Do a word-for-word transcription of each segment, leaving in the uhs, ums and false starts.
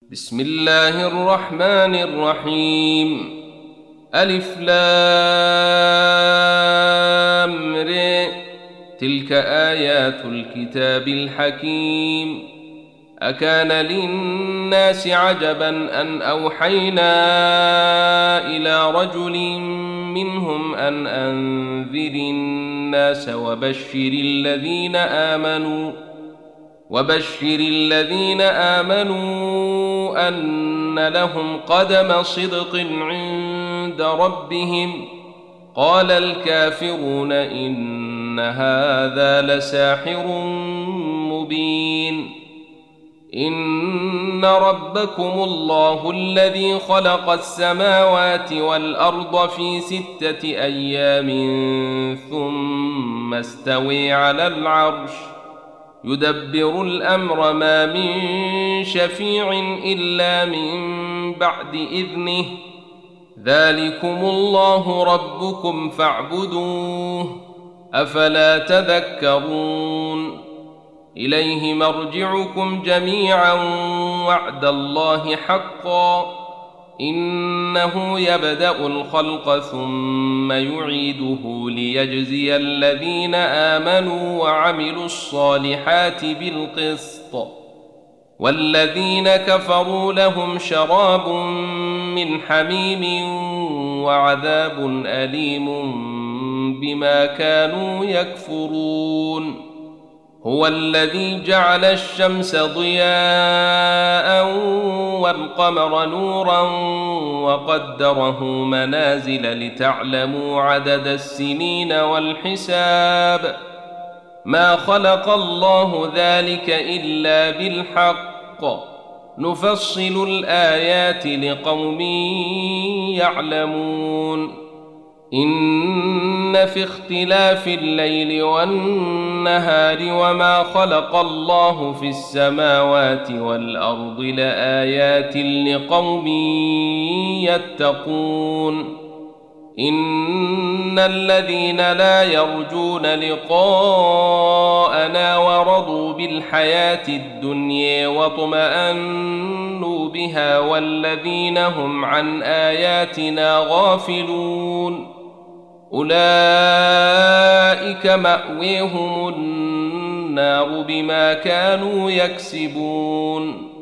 بسم الله الرحمن الرحيم. ألف لام ر. تلك آيات الكتاب الحكيم. أكان للناس عجبا أن أوحينا إلى رجل منهم أن أنذر الناس وبشر الذين آمنوا وبشر الذين آمنوا أن لهم قدم صدق عند ربهم. قال الكافرون إن هذا لساحر مبين. إن ربكم الله الذي خلق السماوات والأرض في ستة أيام ثم استوى على العرش يدبر الأمر ما من شفيع إلا من بعد إذنه. ذلكم الله ربكم فاعبدوه أفلا تذكرون. إليه مرجعكم جميعا وعد الله حقا إنه يبدأ الخلق ثم يعيده ليجزي الذين آمنوا وعملوا الصالحات بالقسط والذين كفروا لهم شراب من حميم وعذاب أليم بما كانوا يكفرون. هو الذي جعل الشمس ضياء والقمر نورا وقدره منازل لتعلموا عدد السنين والحساب. ما خلق الله ذلك إلا بالحق نفصل الآيات لقوم يعلمون. إن في اختلاف الليل والنهار وما خلق الله في السماوات والأرض لآيات لقوم يتقون. إن الذين لا يرجون لقاءنا ورضوا بالحياة الدنيا واطمأنوا بها والذين هم عن آياتنا غافلون أولئك مأويهم النار بما كانوا يكسبون.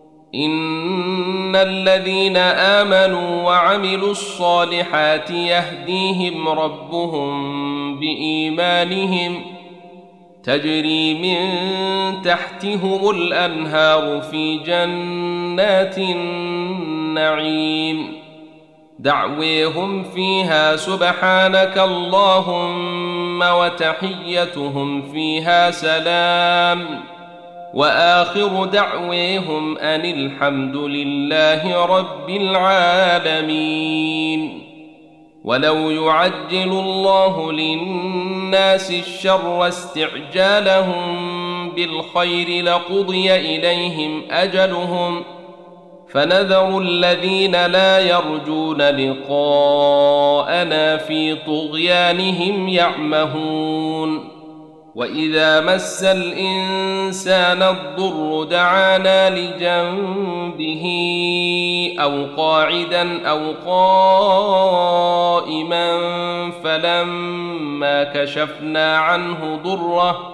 إن الذين آمنوا وعملوا الصالحات يهديهم ربهم بإيمانهم تجري من تحتهم الأنهار في جنات النعيم. دعويهم فيها سبحانك اللهم وتحيتهم فيها سلام وآخر دعويهم أن الحمد لله رب العالمين. ولو يعجل الله للناس الشر استعجالهم بالخير لقضي إليهم أجلهم فنذر الذين لا يرجون لقاءنا في طغيانهم يعمهون. وإذا مس الإنسان الضر دعانا لجنبه أو قاعدا أو قائما فلما كشفنا عنه ضره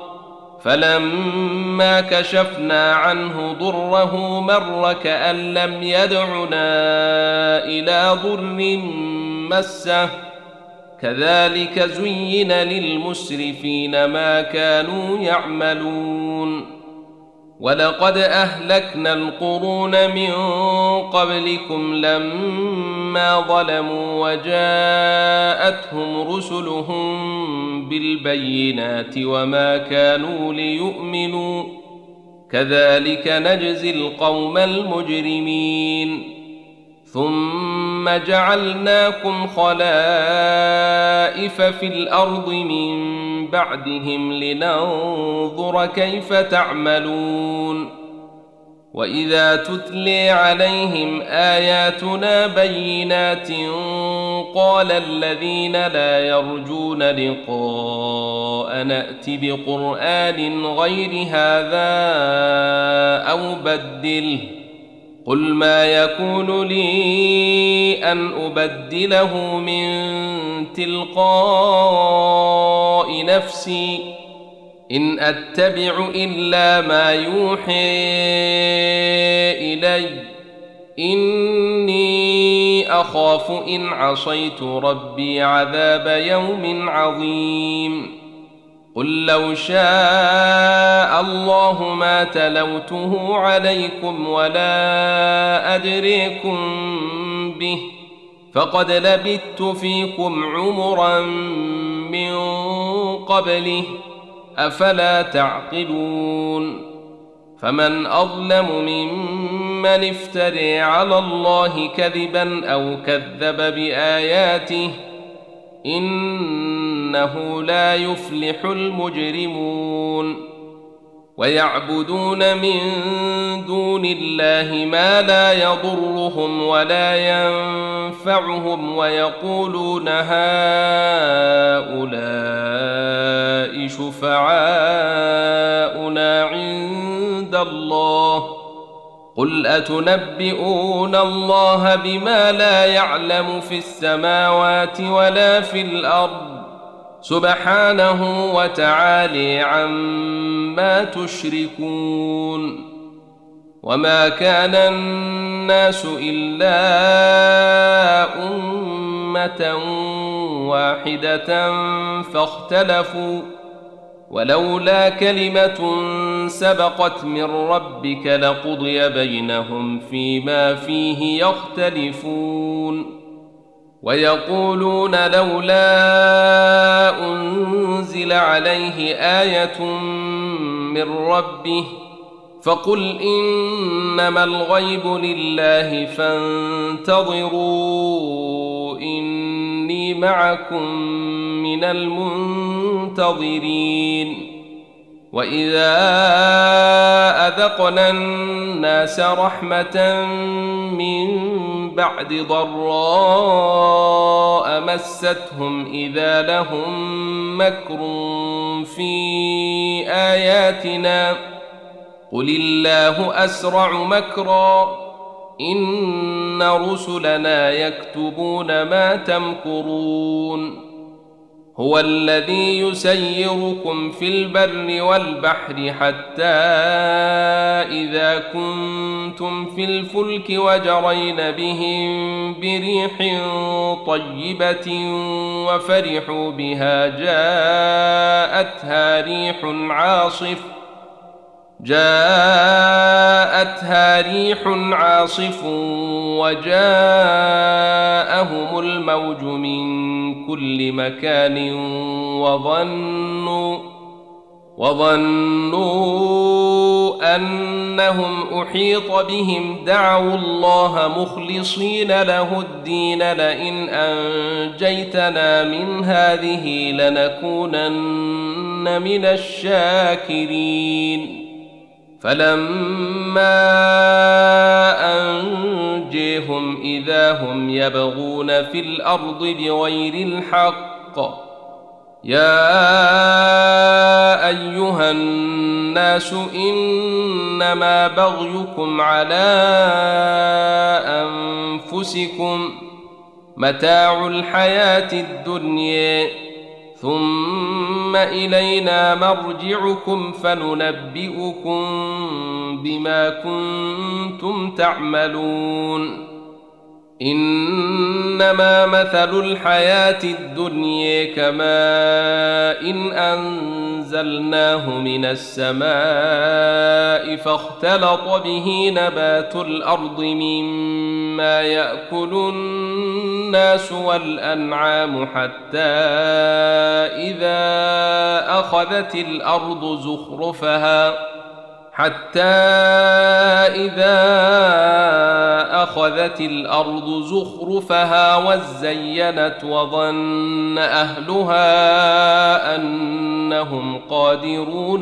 فلما كشفنا عنه ضره مر كأن لم يدعنا إلى ضر مسه كذلك زين للمسرفين ما كانوا يعملون. ولقد أهلكنا القرون من قبلكم لما ظلموا وجاءتهم رسلهم بالبينات وما كانوا ليؤمنوا كذلك نجزي القوم المجرمين. ثم جعلناكم خلائف في الأرض من بعدهم لننظر كيف تعملون. وإذا تتلي عليهم آياتنا بينات قال الذين لا يرجون لقاء نأت بقرآن غير هذا أو بدله قل ما يكون لي أن أبدله من تلقاء نفسي إن أتبع إلا ما يوحي إلي إني أخاف إن عصيت ربي عذاب يوم عظيم قل لو شاء الله ما تلوته عليكم ولا أدريكم به فقد لبثت فيكم عمرا من قبله أفلا تعقلون فمن أظلم ممن افتري على الله كذبا أو كذب بآياته إنه لا يفلح المجرمون ويعبدون من دون الله ما لا يضرهم ولا ينفعهم ويقولون هؤلاء شفعاؤنا عند الله قل أتنبئون الله بما لا يعلم في السماوات ولا في الأرض سبحانه وتعالى عما تشركون وما كان الناس إلا أمة واحدة فاختلفوا ولولا كلمة سبقت من ربك لقضي بينهم فيما فيه يختلفون ويقولون لولا أنزل عليه آية من ربه فقل إنما الغيب لله فانتظروا إني معكم من المنتظرين وإذا أذقنا الناس رحمة من بعد ضراء مستهم إذا لهم مكر في آياتنا قل الله أسرع مكرا إن رسلنا يكتبون ما تمكرون هو الذي يسيركم في البر والبحر حتى إذا كنتم في الفلك وجرين بهم بريح طيبة وفرحوا بها جاءتها ريح عاصف جاءتها ريح عاصف وجاءهم الموج من كل مكان وظنوا وظنوا أنهم أحيط بهم دعوا الله مخلصين له الدين لئن أنجيتنا من هذه لنكونن من الشاكرين فلما أنجيهم إذا هم يبغون في الأرض بغير الحق يا أيها الناس إنما بغيكم على أنفسكم متاع الحياة الدنيا ثم إلينا مرجعكم فننبئكم بما كنتم تعملون إنما مثل الحياة الدنيا كماء إن أنزلناه من السماء فاختلط به نبات الأرض مما يأكل الناس والأنعام حتى إذا أخذت الأرض زخرفها حتى إذا أخذت الأرض زخرفها وزينت وظن أهلها أنهم قادرون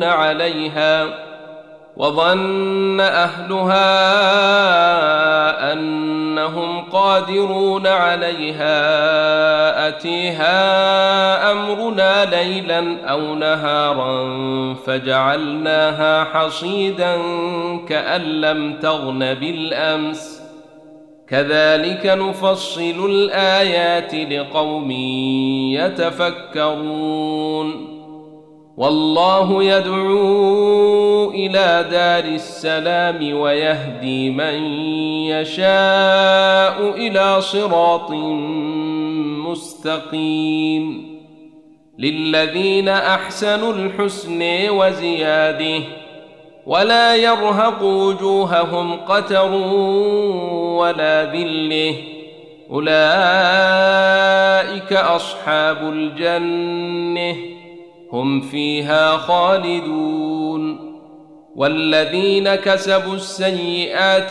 عليها وظن أهلها أنهم هم قادرون عليها أتيها أمرنا ليلا أو نهارا فجعلناها حصيدا كأن لم تغن بالأمس كذلك نفصل الآيات لقوم يتفكرون والله يدعو إلى دار السلام ويهدي من يشاء إلى صراط مستقيم للذين أحسنوا الحسن وزياده ولا يرهق وجوههم قتر ولا ذله أولئك أصحاب الجنة هم فيها خالدون والذين كسبوا السيئات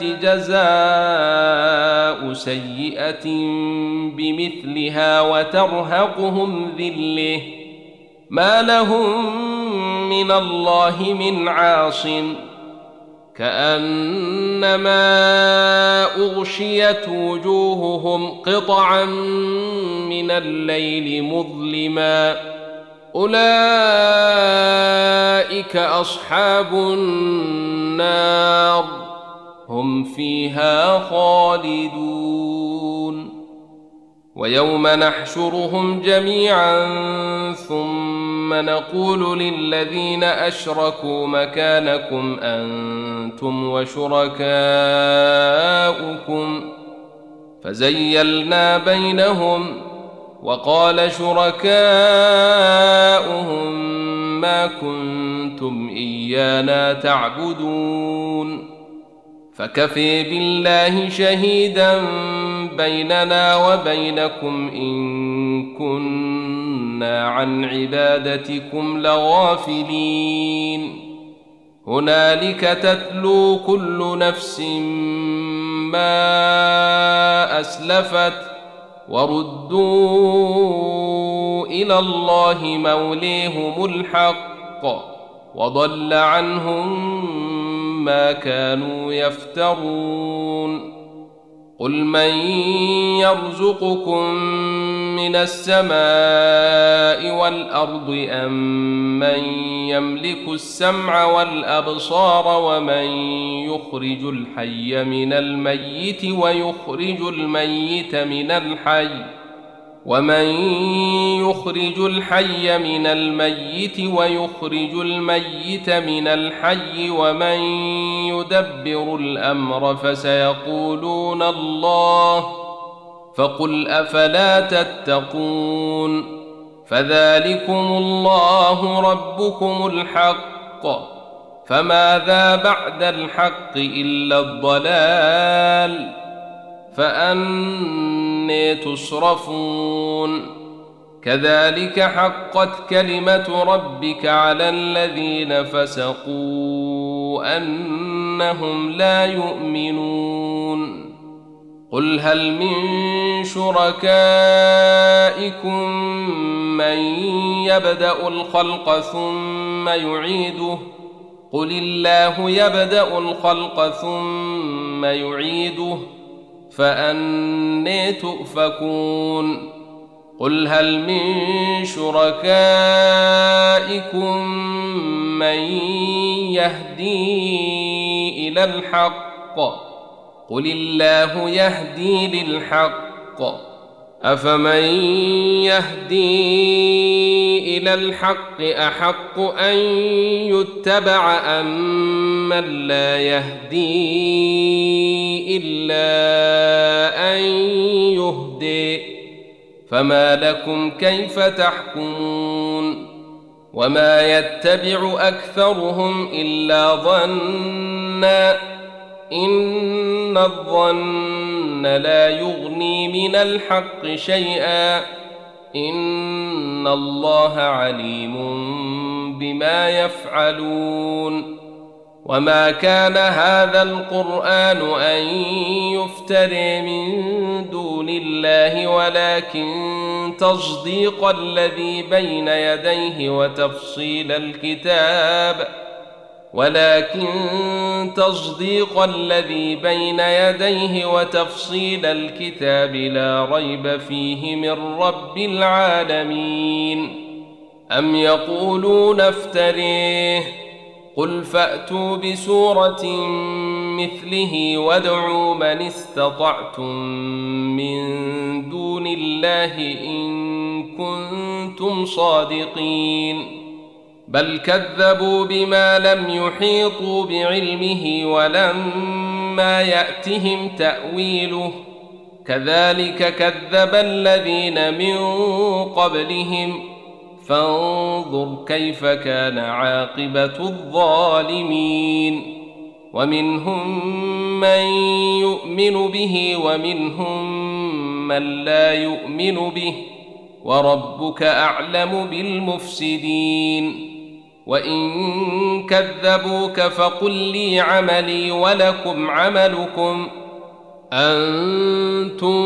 جزاء سيئة بمثلها وترهقهم ذلة ما لهم من الله من عاصم كأنما أغشيت وجوههم قطعا من الليل مظلما أولئك أصحاب النار هم فيها خالدون ويوم نحشرهم جميعا ثم نقول للذين أشركوا مكانكم أنتم وشركاؤكم فزيلنا بينهم وقال شركاؤهم ما كنتم إيانا تعبدون فكفي بالله شهيدا بيننا وبينكم إن كنا عن عبادتكم لغافلين هنالك تتلو كل نفس ما أسلفت وردوا إلى الله موليهم الحق وضل عنهم ما كانوا يفترون قل من يرزقكم من السماء والأرض أم من يملك السمع والأبصار ومن يخرج الحي من الميت ويخرج الميت من الحي ومن يخرج الحي من الميت ويخرج الميت من الحي ومن يدبر الأمر فسيقولون الله فقل أفلا تتقون فذلكم الله ربكم الحق فماذا بعد الحق إلا الضلال فأني تصرفون كذلك حقت كلمة ربك على الذين فسقوا أنهم لا يؤمنون قل هل من شركائكم من يبدأ الخلق ثم يعيده قل الله يبدأ الخلق ثم يعيده فأني تؤفكون قل هل من شركائكم من يهدي إلى الحق قل الله يهدي للحق أفمن يهدي إلى الحق أحق أن يتبع أم من لا يهدي إلا أن يهدي فما لكم كيف تحكمون وما يتبع أكثرهم إلا ظنا إن الظن لا يغني من الحق شيئا إن الله عليم بما يفعلون وما كان هذا القرآن أن يفتري من دون الله ولكن تصديق الذي بين يديه وتفصيل الكتاب ولكن تصديق الذي بين يديه وتفصيل الكتاب لا ريب فيه من رب العالمين. أم يقولون افتريه قل فأتوا بسورة مثله وادعوا من استطعتم من دون الله إن كنتم صادقين. بل كذبوا بما لم يحيطوا بعلمه ولما يأتهم تأويله كذلك كذب الذين من قبلهم فانظر كيف كان عاقبة الظالمين. ومنهم من يؤمن به ومنهم من لا يؤمن به وربك أعلم بالمفسدين. وإن كذبوك فقل لي عملي ولكم عملكم أنتم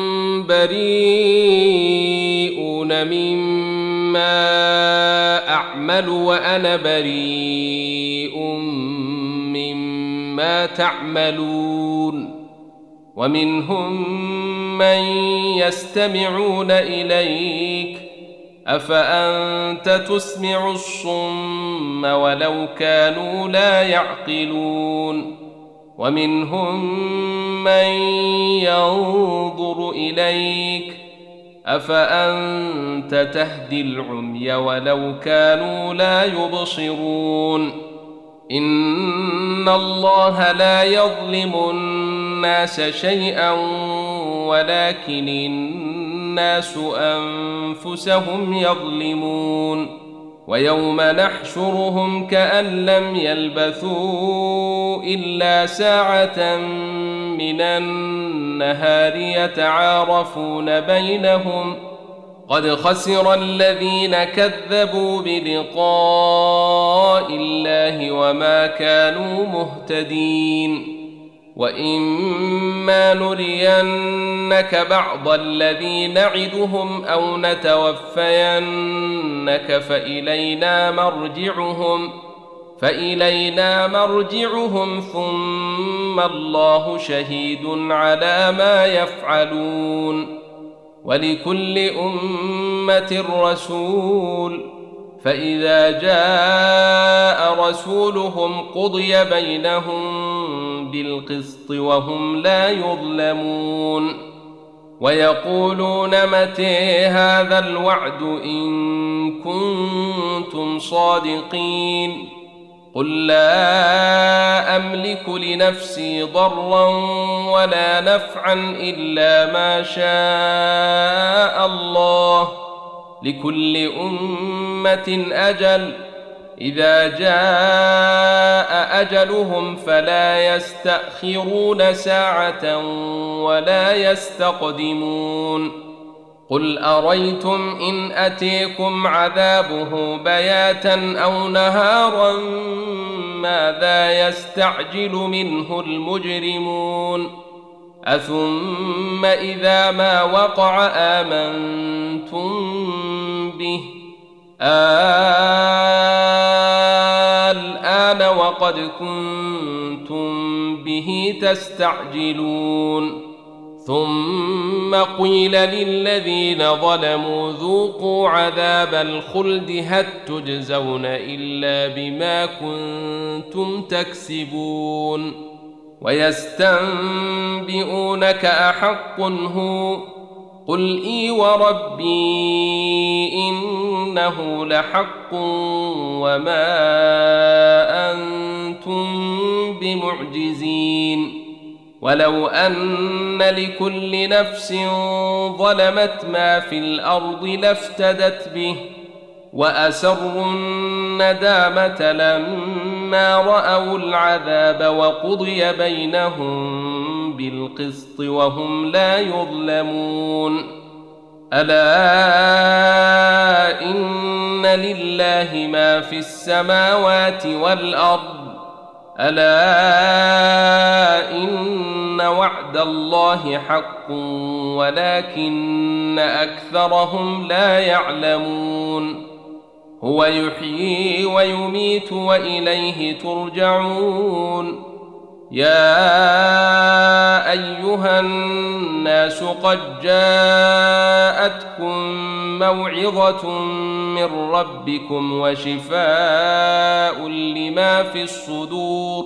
بريئون مما أعمل وأنا بريء مما تعملون. ومنهم من يستمعون إليك أفأنت تسمع الصم ولو كانوا لا يعقلون. ومنهم من ينظر إليك أفأنت تهدي العمي ولو كانوا لا يبصرون. إن الله لا يظلم الناس شيئا ولكن الناس أنفسهم يظلمون. ويوم نحشرهم كأن لم يلبثوا إلا ساعة من النهار يتعارفون بينهم قد خسر الذين كذبوا بلقاء الله وما كانوا مهتدين. وإما نرينك بعض الذي نعدهم أو نتوفينك فإلينا مرجعهم فإلينا مرجعهم ثم الله شهيد على ما يفعلون. ولكل أمة رسول فإذا جاء رسولهم قضي بينهم بالقسط وهم لا يظلمون. ويقولون متى هذا الوعد إن كنتم صادقين قل لا أملك لنفسي ضرا ولا نفعا إلا ما شاء الله لكل أمة أجل إذا جاء أجلهم فلا يستأخرون ساعة ولا يستقدمون. قل أريتم إن أتيكم عذابه بياتا أو نهارا ماذا يستعجل منه المجرمون أثم إذا ما وقع آمنتم به الآن وقد كنتم به تستعجلون. ثم قيل للذين ظلموا ذوقوا عذاب الخلد هل تجزون إلا بما كنتم تكسبون. ويستنبئونك أحق هو قل إي وربي إنه لحق وما أنتم بمعجزين. ولو أن لكل نفس ظلمت ما في الأرض لافتدت به وأسروا الندامة لما رأوا العذاب وقضي بينهم بالقسط وهم لا يظلمون. ألا إن لله ما في السماوات والأرض ألا إن وعد الله حق ولكن أكثرهم لا يعلمون. هو يحيي ويميت وإليه ترجعون. يا أيها الناس قد جاءتكم موعظة من ربكم وشفاء لما في الصدور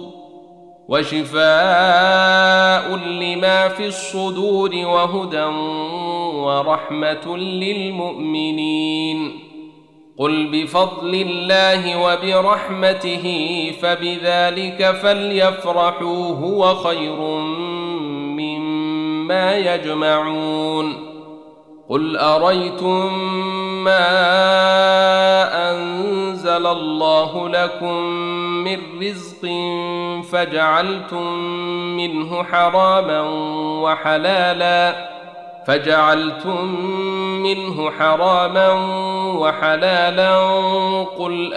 وشفاء لما في الصدور وهدى ورحمة للمؤمنين. قل بفضل الله وبرحمته فبذلك فليفرحوا هو خير مما يجمعون. قل أريتم ما أنزل الله لكم من رزق فجعلتم منه حراما وحلالا فجعلتم منه حراما وحلالا قل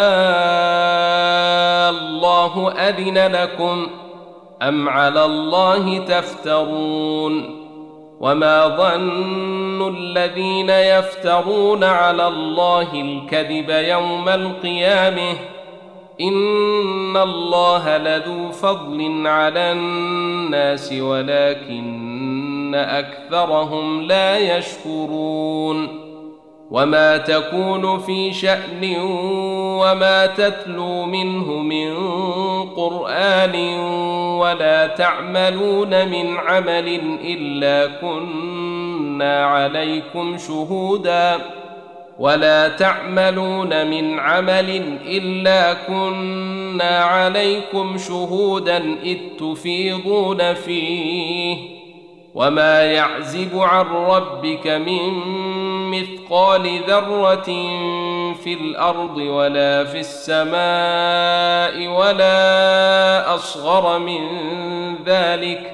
آه الله أذن لكم أم على الله تفترون. وما ظن الذين يفترون على الله الكذب يوم القيامة إن الله لذو فضل على الناس ولكن أكثرهم لا يشكرون. وما تكون في شأن وما تتلو منه من قرآن ولا تعملون من عمل إلا كنا عليكم شهودا ولا تعملون من عمل إلا كنا عليكم شهودا إذ تفيضون فيه وما يعزب عن ربك من مثقال ذرة في الأرض ولا في السماء ولا أصغر من ذلك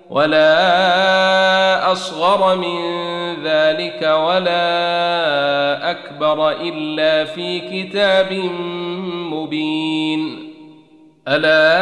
ولا أصغر من ذلك ولا أكبر إلا في كتاب مبين. ألا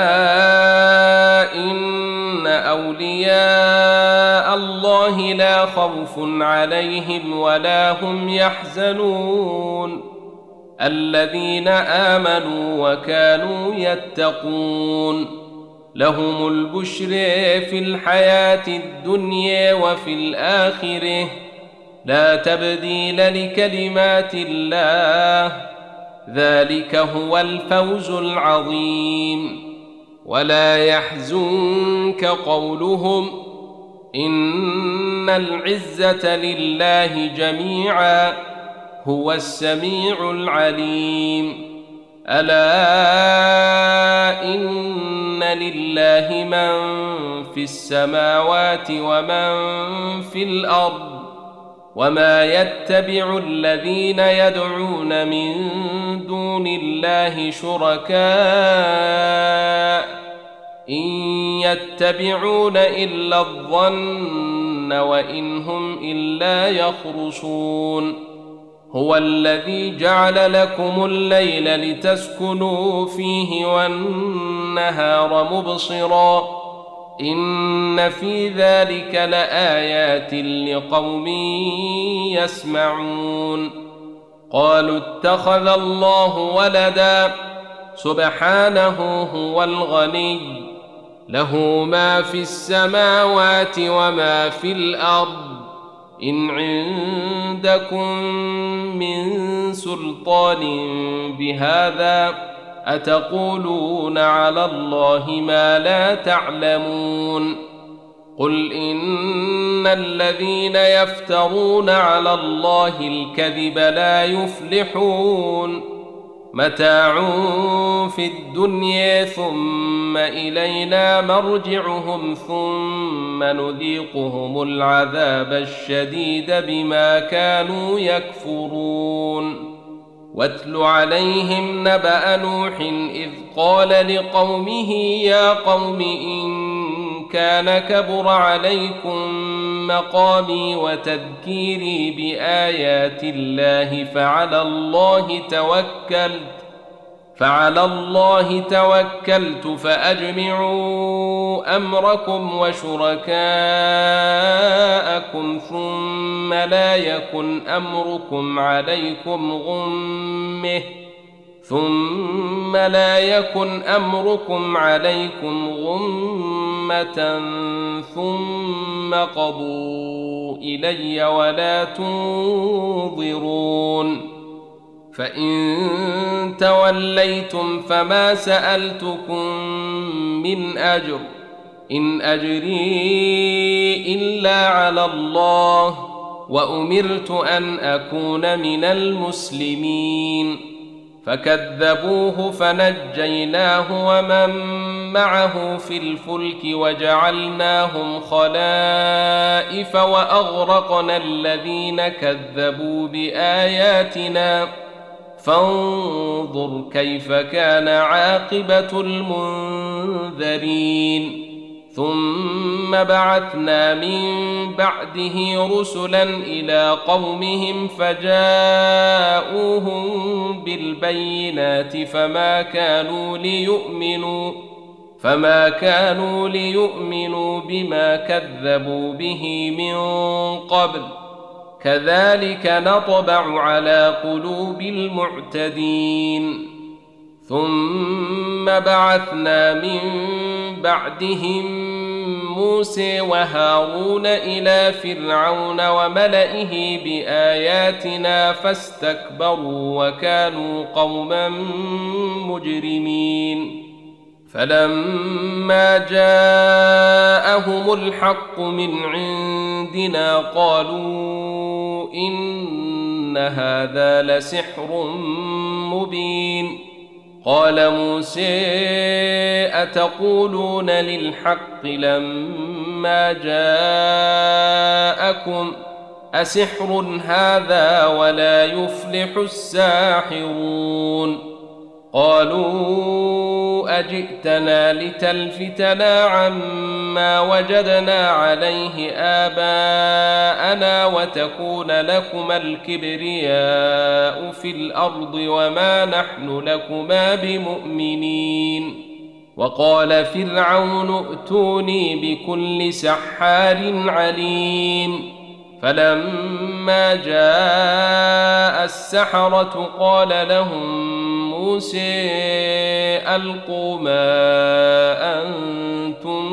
إن أولياء الله لا خوف عليهم ولا هم يحزنون الذين آمنوا وكانوا يتقون لهم البشر في الحياة الدنيا وفي الآخرة لا تبديل لكلمات الله ذلك هو الفوز العظيم. ولا يحزنك قولهم إن العزة لله جميعا هو السميع العليم. ألا إن لله من في السماوات ومن في الأرض وما يتبع الذين يدعون من دون الله شركاء إن يتبعون إلا الظن وإن هم إلا يخرصون. هو الذي جعل لكم الليل لتسكنوا فيه والنهار مبصرا إن في ذلك لآيات لقوم يسمعون. قالوا اتخذ الله ولدا سبحانه هو الغني له ما في السماوات وما في الأرض إن عندكم من سلطان بهذا أتقولون على الله ما لا تعلمون. قل إن الذين يفترون على الله الكذب لا يفلحون متاع في الدنيا ثم إلينا مرجعهم ثم نذيقهم العذاب الشديد بما كانوا يكفرون. واتل عليهم نبأ نوح إذ قال لقومه يا قوم إن كان كبر عليكم مقامي وتذكيري بآيات الله فعلى الله توكلت فعلى الله توكلت فأجمعوا أمركم وشركاءكم ثم لا يكن أمركم عليكم غمة ثم لا يكن أمركم عليكم غمة ثم قضوا إلي ولا تنظرون فإن توليتم فما سألتكم من أجر إن أجري إلا على الله وأمرت أن أكون من المسلمين فكذبوه فنجيناه ومن معه في الفلك وجعلناهم خلائف وأغرقنا الذين كذبوا بآياتنا فانظر كيف كان عاقبة المنذرين ثم بعثنا من بعده رسلا إلى قومهم فجاءوهم بالبينات فما كانوا ليؤمنوا فما كانوا ليؤمنوا بما كذبوا به من قبل كذلك نطبع على قلوب المعتدين ثم بعثنا من بعدهم موسى وهارون إلى فرعون وملئه بآياتنا فاستكبروا وكانوا قوما مجرمين فلما جاءهم الحق من عندنا قالوا إن هذا لسحر مبين قال موسى أتقولون للحق لما جاءكم أسحر هذا ولا يفلح الساحرون قالوا أجئتنا لتلفتنا عما وجدنا عليه آباءنا وتكون لكما الكبرياء في الأرض وما نحن لكما بمؤمنين وقال فرعون ائتوني بكل سحار عليم فلما جاء السحرة قال لهم موسى ألقوا ما أنتم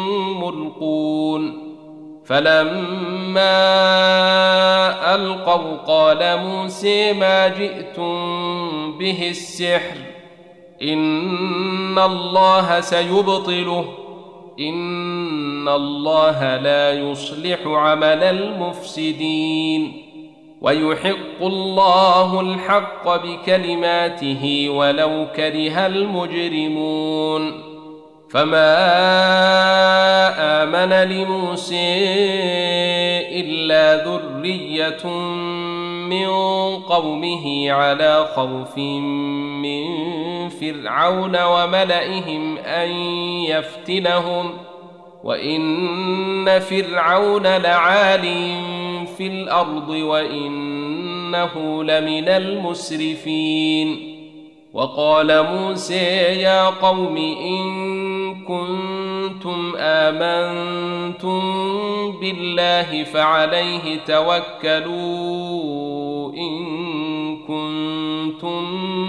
ملقون فلما ألقوا قال موسى ما جئتم به السحر إن الله سيبطله إن الله لا يصلح عمل المفسدين ويحق الله الحق بكلماته ولو كره المجرمون فما آمن لموسى إلا ذرية من قومه على خوف من فرعون وملئهم أن يفتنهم وإن فرعون لعال في الأرض وإنه لمن المسرفين وقال موسى يا قوم إن كنتم آمنتم بالله فعليه توكلوا إن كنتم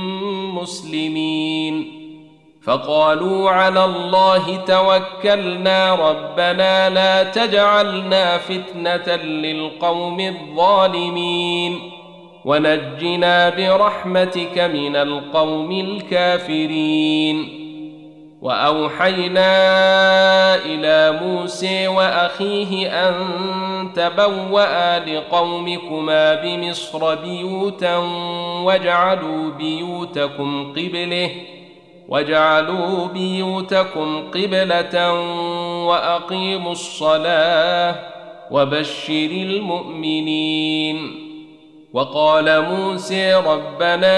مسلمين فقالوا على الله توكلنا ربنا لا تجعلنا فتنة للقوم الظالمين ونجنا برحمتك من القوم الكافرين وأوحينا إلى موسى وأخيه أن تبوأ لقومكما بمصر بيوتا واجعلوا بيوتكم قبلة واجعلوا بيوتكم قبلة وأقيموا الصلاة وبشر المؤمنين وقال موسى ربنا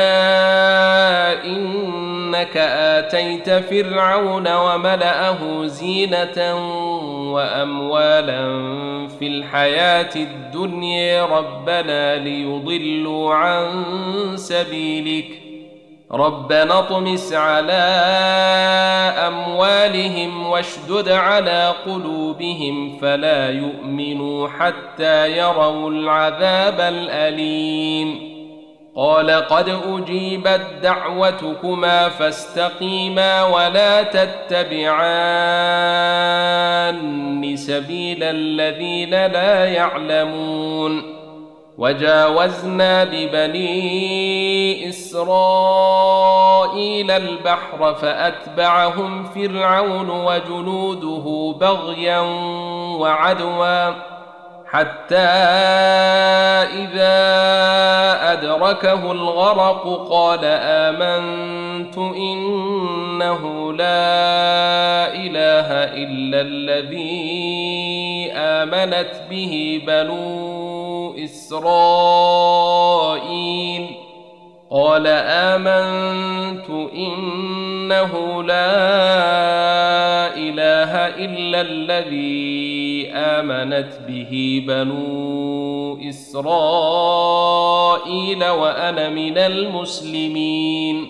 إنك آتيت فرعون وملأه زينة وأموالا في الحياة الدنيا ربنا ليضلوا عن سبيلك ربنا اطمس على أموالهم واشدد على قلوبهم فلا يؤمنوا حتى يروا العذاب الأليم قال قد أجيبت دعوتكما فاستقيما ولا تتبعان سبيل الذين لا يعلمون وجاوزنا ببني إسرائيل البحر فأتبعهم فرعون وجنوده بغيا وعدوا حتى إذا أدركه الغرق قال آمنت إنه لا إله إلا الذي آمنت به بنو إسرائيل قال آمنت إنه لا إله إلا الذي آمنت به بنو إسرائيل وأنا من المسلمين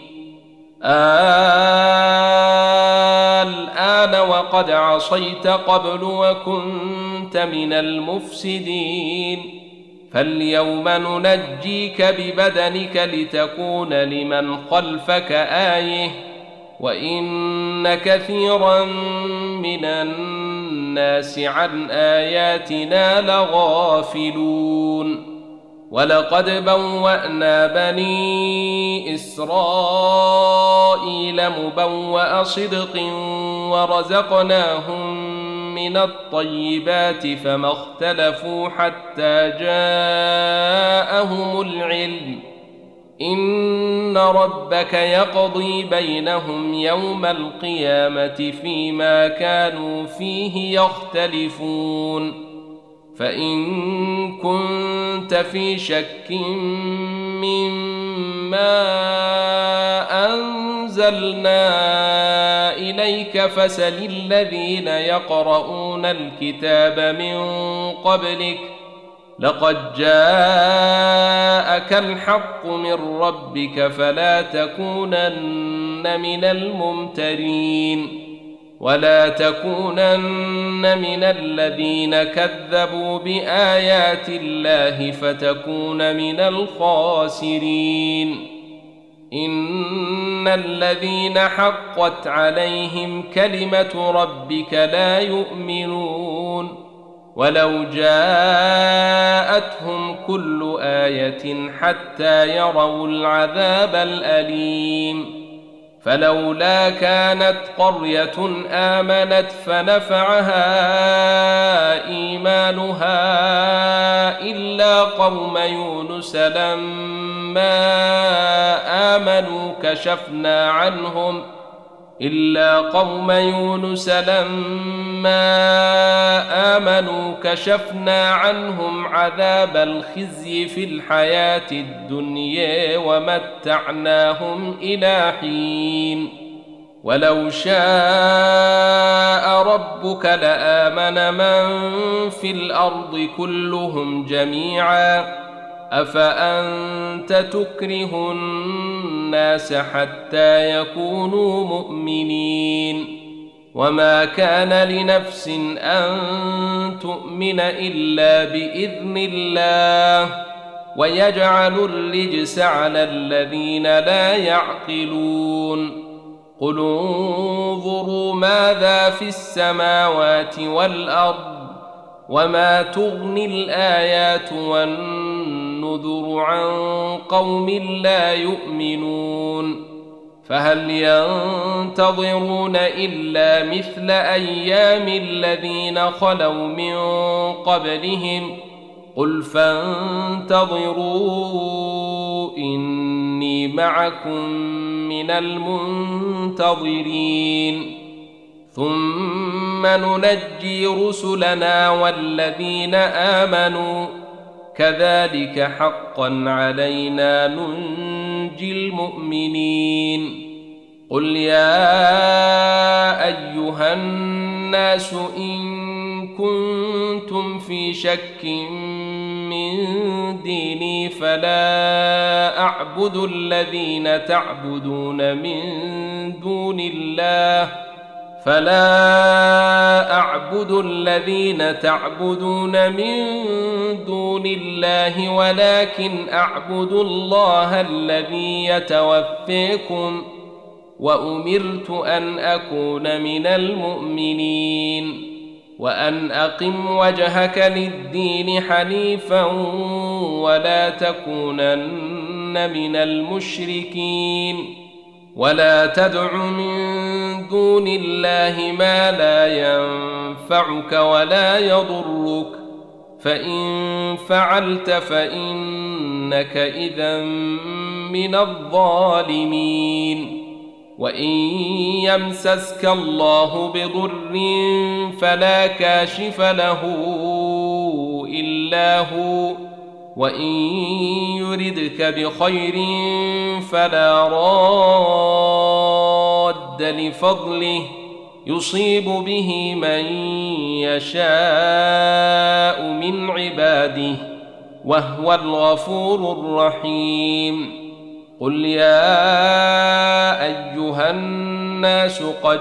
الآن وقد عصيت قبل وكنت من المفسدين فاليوم ننجيك ببدنك لتكون لمن خلفك آية وإن كثيرا من الناس عن آياتنا لغافلون ولقد بوأنا بني إسرائيل مبوأ صدق ورزقناهم من الطيبات فما اختلفوا حتى جاءهم العلم إن ربك يقضي بينهم يوم القيامة فيما كانوا فيه يختلفون فإن كنت في شك مما أنزلنا إليك فسل الذين يقرؤون الكتاب من قبلك لقد جاءك الحق من ربك فلا تكونن من الممترين ولا تكونن من الذين كذبوا بآيات الله فتكون من الخاسرين إن الذين حقت عليهم كلمة ربك لا يؤمنون ولو جاءتهم كل آية حتى يروا العذاب الأليم فلولا كانت قرية آمنت فنفعها إيمانها إلا قوم يونس لما آمنوا كشفنا عنهم إلا قوم يونس لما آمنوا كشفنا عنهم عذاب الخزي في الحياة الدنيا ومتعناهم إلى حين ولو شاء ربك لآمن من في الأرض كلهم جميعا أفأنت تكره الناس حتى يكونوا مؤمنين وما كان لنفس أن تؤمن إلا بإذن الله ويجعل الرجس على الذين لا يعقلون قل انظروا ماذا في السماوات والأرض وما تغني الآيات والنذر عن قوم لا يؤمنون فهل ينتظرون إلا مثل أيام الذين خلوا من قبلهم قل فانتظروا إني معكم من المنتظرين ثم ننجي رسلنا والذين آمنوا كذلك حقا علينا ننجي المؤمنين قل يا أيها الناس إن كنتم في شك من ديني فلا أعبد الذين تعبدون من دون الله فلا أعبد الذين تعبدون من دون الله ولكن أعبد الله الذي يتوفيكم وأمرت أن أكون من المؤمنين وأن أقم وجهك للدين حنيفا ولا تكونن من المشركين ولا تدع من دون الله ما لا ينفعك ولا يضرك فإن فعلت فإنك إذا من الظالمين وإن يمسسك الله بضر فلا كاشف له إلا هو وإن يردك بخير فلا راد لفضله يصيب به من يشاء من عباده وهو الغفور الرحيم قل يا أيها الناس قد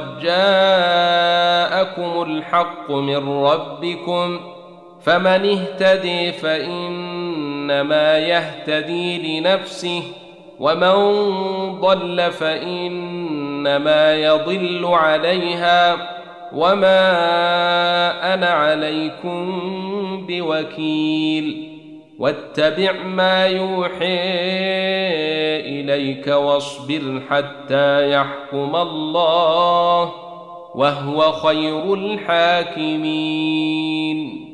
جاءكم الحق من ربكم فمن اهتدي فإنما يهتدي لنفسه ومن ضل فإنما يضل عليها وما أنا عليكم بوكيل واتبع ما يوحي إليك واصبر حتى يحكم الله وهو خير الحاكمين.